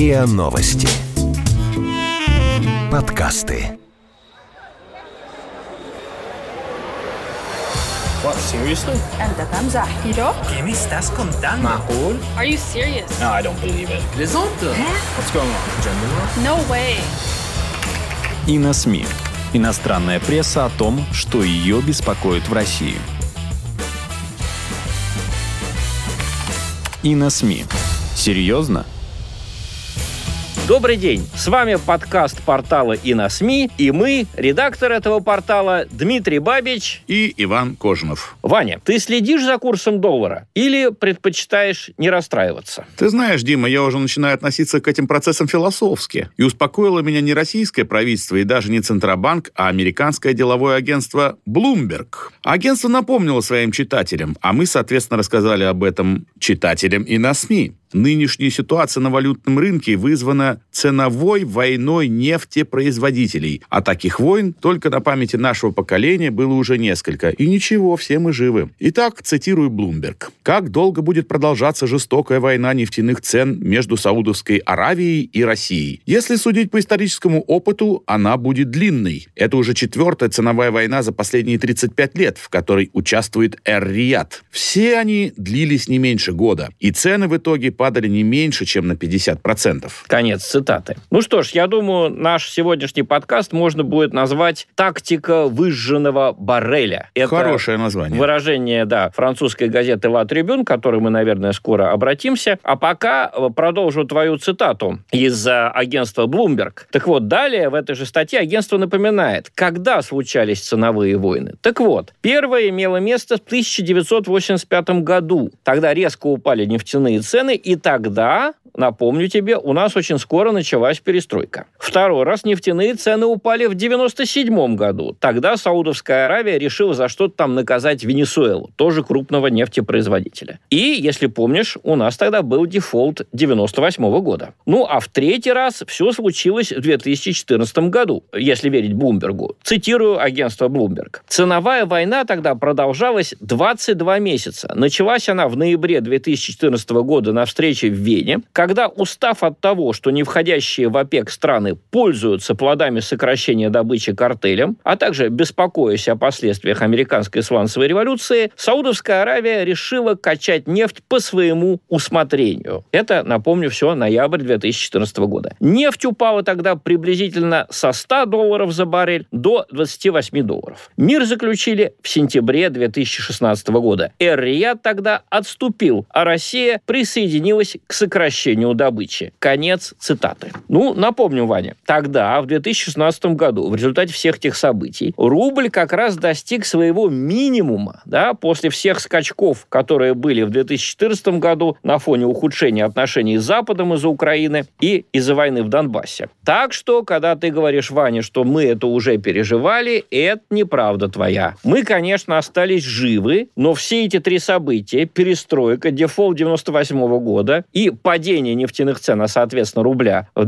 РИА Новости. Подкасты. What, seriously? أنت تمزح. You joke? ¿Qué me estás contando? معقول? Are you serious? No, I don't believe it. Plaisante? What's going on? Gender? No way. ИноСМИ. Иностранная пресса о том, что ее беспокоит в России. ИноСМИ. Серьезно? Добрый день! С вами подкаст портала ИноСМИ, и мы, редактор этого портала Дмитрий Бабич и Иван Кожинов. Ваня, ты следишь за курсом доллара или предпочитаешь не расстраиваться? Ты знаешь, Дима, я уже начинаю относиться к этим процессам философски. И успокоило меня не российское правительство и даже не Центробанк, а американское деловое агентство Bloomberg. Агентство напомнило своим читателям, а мы, соответственно, рассказали об этом читателям ИноСМИ. Нынешняя ситуация на валютном рынке вызвана ценовой войной нефтепроизводителей. А таких войн только на памяти нашего поколения было уже несколько. И ничего, все мы живы. Итак, цитирую Bloomberg. Как долго будет продолжаться жестокая война нефтяных цен между Саудовской Аравией и Россией? Если судить по историческому опыту, она будет длинной. Это уже 4-я ценовая война за последние 35 лет, в которой участвует Эр-Рияд. Все они длились не меньше года. И цены в итоге падали не меньше, чем на 50%. Конец цитаты. Ну что ж, я думаю, наш сегодняшний подкаст можно будет назвать «Тактика выжженного барреля». Это хорошее название. Выражение, да, французской газеты «Ла Трибюн», к которой мы, наверное, скоро обратимся. А пока продолжу твою цитату из агентства Bloomberg. Так вот, далее в этой же статье агентство напоминает, когда случались ценовые войны. Так вот, первое имело место в 1985 году. Тогда резко упали нефтяные цены, и тогда, напомню тебе, у нас очень скоро началась перестройка. Второй раз нефтяные цены упали в 1997 году. Тогда Саудовская Аравия решила за что-то там наказать Венесуэлу, тоже крупного нефтепроизводителя. И, если помнишь, у нас тогда был дефолт 1998 года. Ну, а в третий раз все случилось в 2014 году, если верить Блумбергу. Цитирую агентство Bloomberg. Ценовая война тогда продолжалась 22 месяца. Началась она в ноябре 2014 года на встрече в Вене, когда, устав от того, что не входящие в ОПЕК страны пользуются плодами сокращения добычи картелем, а также беспокоясь о последствиях американской сланцевой революции, Саудовская Аравия решила качать нефть по своему усмотрению. Это, напомню, все ноябрь 2014 года. Нефть упала тогда приблизительно со $100 за баррель до $28. Мир заключили в сентябре 2016 года. Эр-Рияд тогда отступил, а Россия присоединилась к сокращению добычи. Конец цитаты. Ну, напомню, Ваня, тогда, в 2016 году, в результате всех этих событий, рубль как раз достиг своего минимума, да, после всех скачков, которые были в 2014 году на фоне ухудшения отношений с Западом из-за Украины и из-за войны в Донбассе. Так что, когда ты говоришь, Ваня, что мы это уже переживали, это неправда твоя. Мы, конечно, остались живы, но все эти три события, перестройка, дефолт 98 года и падение нефтяных цен, а, соответственно, рубля в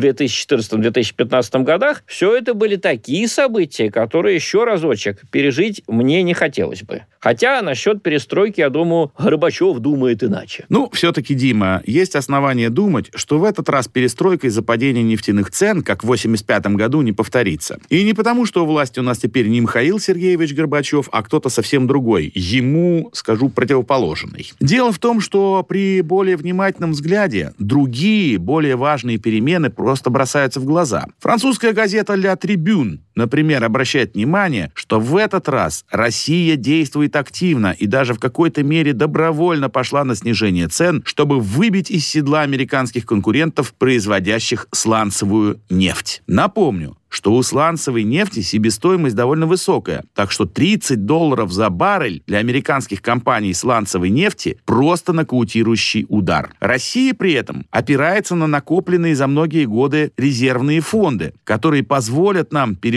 2014-2015 годах, все это были такие события, которые еще разочек пережить мне не хотелось бы. Хотя насчет перестройки, я думаю, Горбачев думает иначе. Ну, все-таки, Дима, есть основания думать, что в этот раз перестройка из-за падения нефтяных цен, как в 1985 году, не повторится. И не потому, что у власти у нас теперь не Михаил Сергеевич Горбачев, а кто-то совсем другой, ему, скажу, противоположный. Дело в том, что при более внимательном взгляде другие, более важные перемены просто бросаются в глаза. Французская газета «Ля Трибюн», например, обращает внимание, что в этот раз Россия действует активно и даже в какой-то мере добровольно пошла на снижение цен, чтобы выбить из седла американских конкурентов, производящих сланцевую нефть. Напомню, что у сланцевой нефти себестоимость довольно высокая, так что $30 за баррель для американских компаний сланцевой нефти просто нокаутирующий удар. Россия при этом опирается на накопленные за многие годы резервные фонды, которые позволят нам пережить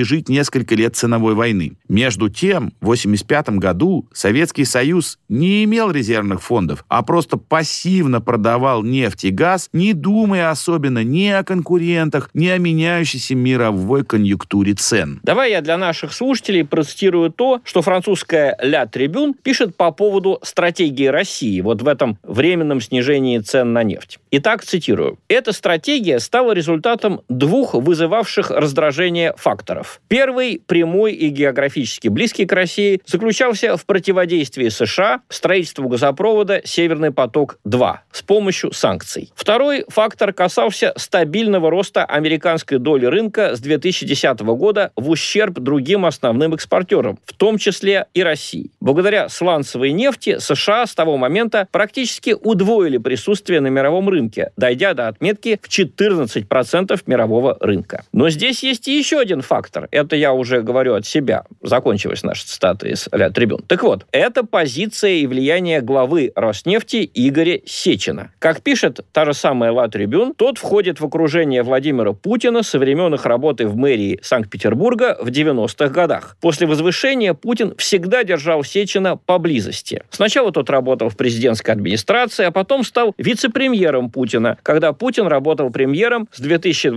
пережить несколько лет ценовой войны. Между тем, в 1985 году Советский Союз не имел резервных фондов, а просто пассивно продавал нефть и газ, не думая особенно ни о конкурентах, ни о меняющейся мировой конъюнктуре цен. Давай я для наших слушателей процитирую то, что французская «Ля Трибюн» пишет по поводу стратегии России вот в этом временном снижении цен на нефть. Итак, цитирую. «Эта стратегия стала результатом двух вызывавших раздражение факторов. Первый, прямой и географически близкий к России, заключался в противодействии США строительству газопровода «Северный поток-2» с помощью санкций. Второй фактор касался стабильного роста американской доли рынка с 2010 года в ущерб другим основным экспортерам, в том числе и России. Благодаря сланцевой нефти США с того момента практически удвоили присутствие на мировом рынке, дойдя до отметки в 14% мирового рынка. Но здесь есть и еще один фактор. Это я уже говорю от себя. Закончилась наша цитата из «Ля Трибюн». Так вот, это позиция и влияние главы Роснефти Игоря Сечина. Как пишет та же самая «Ля Трибюн», тот входит в окружение Владимира Путина со времен их работы в мэрии Санкт-Петербурга в 90-х годах. После возвышения Путин всегда держал Сечина поблизости. Сначала тот работал в президентской администрации, а потом стал вице-премьером Путина, когда Путин работал премьером с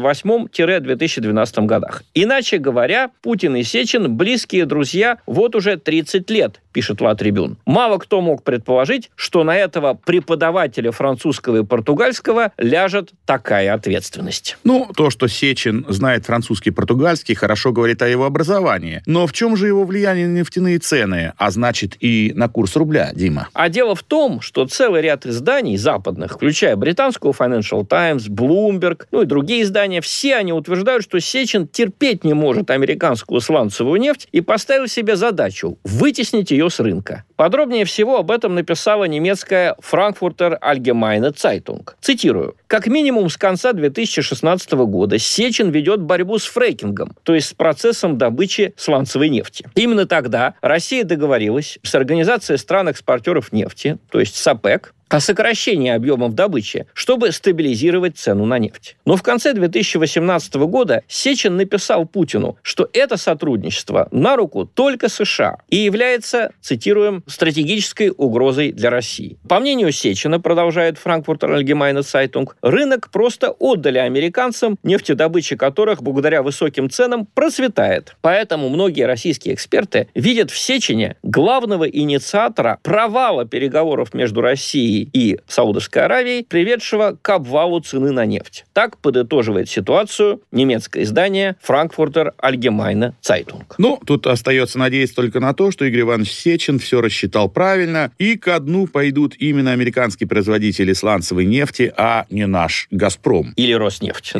2008-2012 годах. Иначе говоря, Путин и Сечин близкие друзья вот уже 30 лет, пишет «Ла Трибюн». Мало кто мог предположить, что на этого преподавателя французского и португальского ляжет такая ответственность. То, что Сечин знает французский и португальский, хорошо говорит о его образовании. Но в чем же его влияние на нефтяные цены, а значит и на курс рубля, Дима? А дело в том, что целый ряд изданий западных, включая британскую Financial Times, Bloomberg, и другие издания, все они утверждают, что Сечин терпеть не может американскую сланцевую нефть и поставил себе задачу вытеснить ее с рынка. Подробнее всего об этом написала немецкая Frankfurter Allgemeine Zeitung. Цитирую. «Как минимум с конца 2016 года Сечин ведет борьбу с фрекингом, то есть с процессом добычи сланцевой нефти. Именно тогда Россия договорилась с Организацией стран-экспортеров нефти, то есть с ОПЕК, о сокращении объемов добычи, чтобы стабилизировать цену на нефть. Но в конце 2018 года Сечин написал Путину, что это сотрудничество на руку только США и является, цитируем, стратегической угрозой для России. По мнению Сечина, продолжает Frankfurter Allgemeine Zeitung, рынок просто отдали американцам, нефтедобыча которых благодаря высоким ценам процветает. Поэтому многие российские эксперты видят в Сечине главного инициатора провала переговоров между Россией и Саудовской Аравией, приведшего к обвалу цены на нефть. Так подытоживает ситуацию немецкое издание Frankfurter Allgemeine Zeitung. Тут остается надеяться только на то, что Игорь Иванович Сечин все рассчитал правильно, и ко дну пойдут именно американские производители сланцевой нефти, а не наш «Газпром». Или «Роснефть».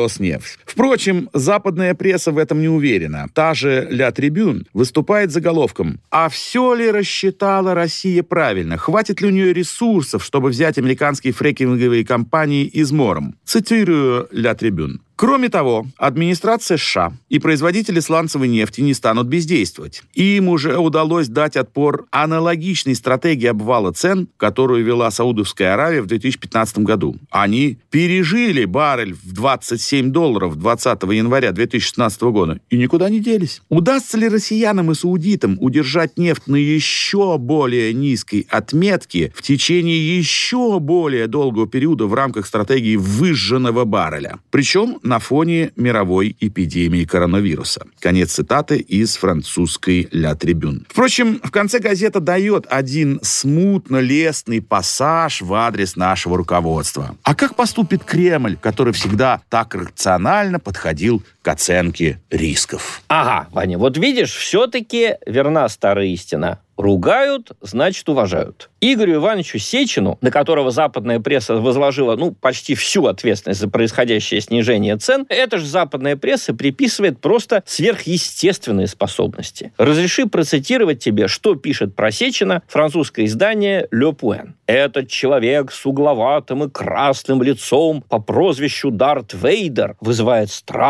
Впрочем, западная пресса в этом не уверена. Та же «Ля Трибюн» выступает заголовком: «А все ли рассчитала Россия правильно? Хватит ли у нее ресурсов, чтобы взять американские фрекинговые компании измором?» Цитирую «Ля Трибюн». Кроме того, администрация США и производители сланцевой нефти не станут бездействовать. Им уже удалось дать отпор аналогичной стратегии обвала цен, которую вела Саудовская Аравия в 2015 году. Они пережили баррель в $27 20 января 2016 года и никуда не делись. Удастся ли россиянам и саудитам удержать нефть на еще более низкой отметке в течение еще более долгого периода в рамках стратегии выжженного барреля? Причем на фоне мировой эпидемии коронавируса. Конец цитаты из французской «Ля Трибюн». Впрочем, в конце газета дает один смутно лестный пассаж в адрес нашего руководства. А как поступит Кремль, который всегда так рационально подходил к оценке рисков? Ага, Ваня, вот видишь, все-таки верна старая истина. Ругают, значит, уважают. Игорю Ивановичу Сечину, на которого западная пресса возложила, почти всю ответственность за происходящее снижение цен, эта же западная пресса приписывает просто сверхъестественные способности. Разреши процитировать тебе, что пишет про Сечина французское издание «Le Point». «Этот человек с угловатым и красным лицом по прозвищу Дарт Вейдер вызывает страх, поскольку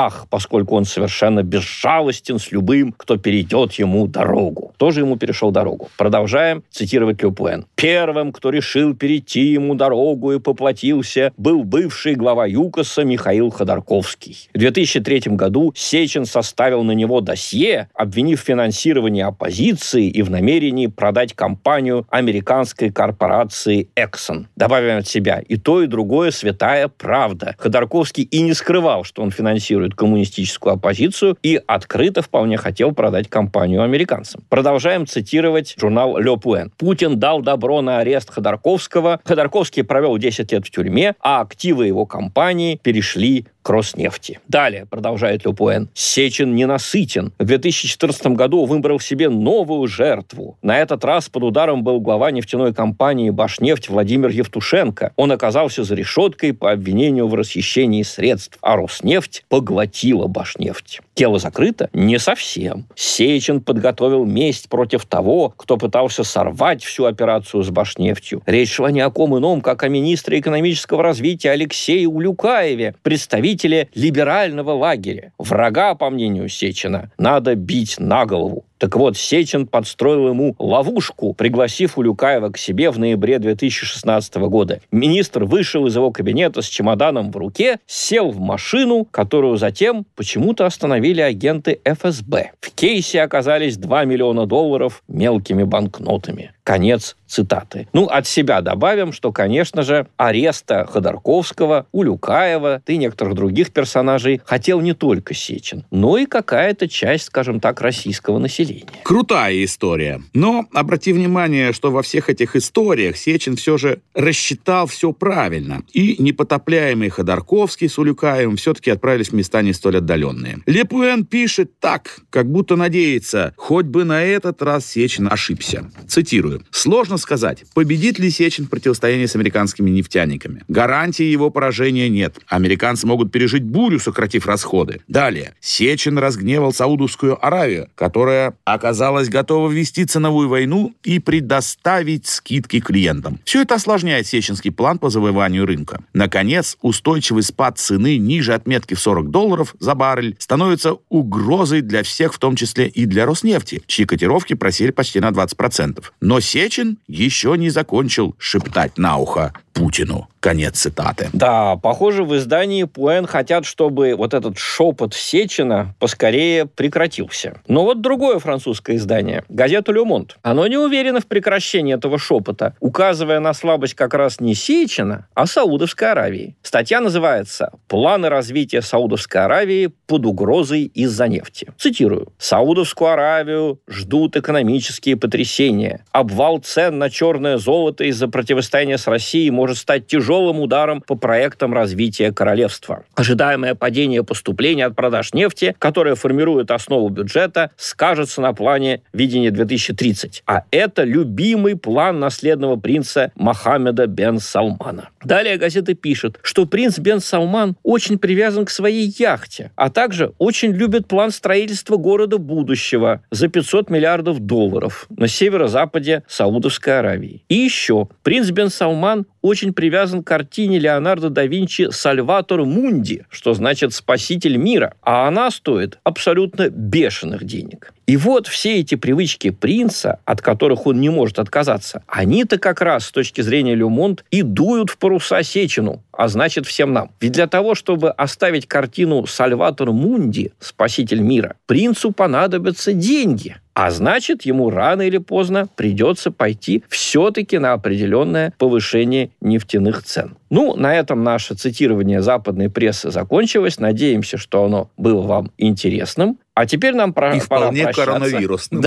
поскольку он совершенно безжалостен с любым, кто перейдет ему дорогу. Тоже ему перешел дорогу. Продолжаем цитировать Ле Пуэн. «Первым, кто решил перейти ему дорогу и поплатился, был бывший глава ЮКОСа Михаил Ходорковский. В 2003 году Сечин составил на него досье, обвинив в финансировании оппозиции и в намерении продать компанию американской корпорации Exxon. Добавим от себя, и то, и другое святая правда. Ходорковский и не скрывал, что он финансирует коммунистическую оппозицию и открыто вполне хотел продать компанию американцам». Продолжаем цитировать журнал Ле Пуэн. «Путин дал добро на арест Ходорковского. Ходорковский провел 10 лет в тюрьме, а активы его компании перешли к Роснефти». Далее, продолжает Ле Пуэн, «Сечин ненасытен. В 2014 году выбрал себе новую жертву. На этот раз под ударом был глава нефтяной компании «Башнефть» Владимир Евтушенко. Он оказался за решеткой по обвинению в расхищении средств, а Роснефть поглотила «Башнефть». Дело закрыто? Не совсем. Сечин подготовил месть против того, кто пытался сорвать всю операцию с «Башнефтью». Речь шла ни о ком ином, как о министре экономического развития Алексее Улюкаеве, представителе либерального лагеря. Врага, по мнению Сечина, надо бить на голову. Так вот, Сечин подстроил ему ловушку, пригласив Улюкаева к себе в ноябре 2016 года. Министр вышел из его кабинета с чемоданом в руке, сел в машину, которую затем почему-то остановили агенты ФСБ. В кейсе оказались $2 миллиона мелкими банкнотами. Конец цитаты. От себя добавим, что, конечно же, ареста Ходорковского, Улюкаева и некоторых других персонажей хотел не только Сечин, но и какая-то часть, скажем так, российского населения. Крутая история. Но обрати внимание, что во всех этих историях Сечин все же рассчитал все правильно. И непотопляемый Ходорковский с Улюкаевым все-таки отправились в места не столь отдаленные. Ле Пуэн пишет так, как будто надеется, хоть бы на этот раз Сечин ошибся. Цитирую. «Сложно сказать, победит ли Сечин в противостоянии с американскими нефтяниками. Гарантии его поражения нет. Американцы могут пережить бурю, сократив расходы. Далее. Сечин разгневал Саудовскую Аравию, которая оказалась готова ввести ценовую войну и предоставить скидки клиентам. Все это осложняет сечинский план по завоеванию рынка. Наконец, устойчивый спад цены ниже отметки в $40 за баррель становится угрозой для всех, в том числе и для Роснефти, чьи котировки просели почти на 20%. Но Сечин еще не закончил шептать на ухо Путину». Конец цитаты. Да, похоже, в издании Пуэн хотят, чтобы вот этот шепот Сечина поскорее прекратился. Но вот другое французское издание, газета «Ле Монт», оно не уверено в прекращении этого шепота, указывая на слабость как раз не Сечина, а Саудовской Аравии. Статья называется «Планы развития Саудовской Аравии под угрозой из-за нефти». Цитирую. «Саудовскую Аравию ждут экономические потрясения. Обвал цен на черное золото из-за противостояния с Россией может стать тяжелым ударом по проектам развития королевства. Ожидаемое падение поступлений от продаж нефти, которое формирует основу бюджета, скажется на плане видения 2030. А это любимый план наследного принца Мохаммеда бен Салмана». Далее газета пишет, что принц бен Салман очень привязан к своей яхте, а также очень любит план строительства города будущего за $500 миллиардов на северо-западе Саудовской Аравии. И еще, принц бен Салман очень привязан к картине Леонардо да Винчи «Сальватор Мунди», что значит «спаситель мира», а она стоит абсолютно бешеных денег. И вот все эти привычки принца, от которых он не может отказаться, они-то как раз с точки зрения Ле Монт и дуют в паруса Сечину, а значит всем нам. Ведь для того, чтобы оставить картину «Сальватор Мунди», «Спаситель мира», принцу понадобятся деньги. А значит, ему рано или поздно придется пойти все-таки на определенное повышение нефтяных цен. На этом наше цитирование западной прессы закончилось. Надеемся, что оно было вам интересным. А теперь нам пора прощаться. Коронавирусным.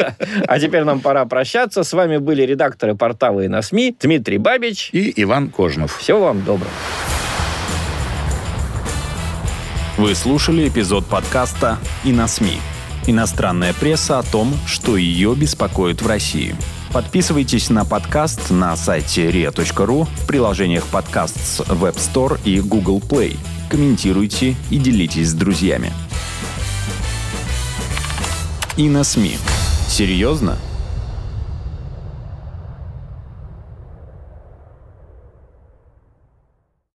А теперь нам пора прощаться. С вами были редакторы портала «Иносми» Дмитрий Бабич и Иван Кожнов. Всего вам доброго. Вы слушали эпизод подкаста «Иносми». Иностранная пресса о том, что ее беспокоит в России. Подписывайтесь на подкаст на сайте ria.ru, в приложениях подкаст с Web Store и Google Play. Комментируйте и делитесь с друзьями. Иносми. Серьезно?